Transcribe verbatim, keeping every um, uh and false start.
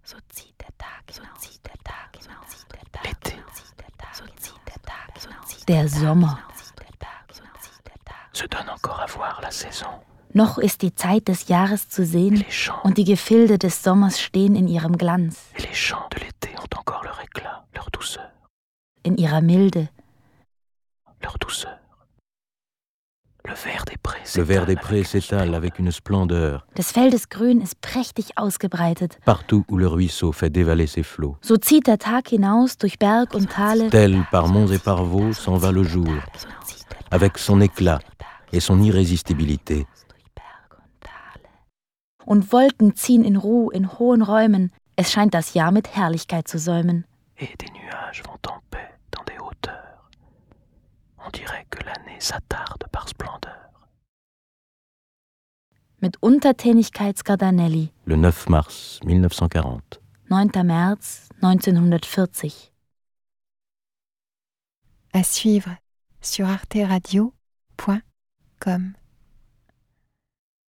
So zieht der Tag, so zieht der Tag, so zieht der Tag. L'été. So zieht der Tag, so zieht der Sommer. Se donne encore à voir la saison. Noch ist die Zeit des Jahres zu sehen und die Gefilde des Sommers stehen in ihrem Glanz. Et les champs de l'été ont encore leur éclat, leur douceur. In ihrer Milde. Leur douceur. Le vert des prés Le vert des prés s'étale avec une splendeur. Des Feldes Grün ist prächtig ausgebreitet. Partout où le ruisseau fait dévaler ses flots. So zieht der Tag hinaus durch Berg und Tale. Tel par monts et par vaux s'en va le jour, avec son éclat et son irrésistibilité. Und Wolken ziehen in Ruhe in hohen Räumen. Es scheint das Jahr mit Herrlichkeit zu säumen. Et des nuages vont en paix dans des hauteurs. On dirait que l'année s'attarde par splendeur. Mit Untertänigkeit Scardanelli. Le neuf mars mille neuf cent quarante. neunter März neunzehnhundertvierzig. À suivre sur arte radio point com.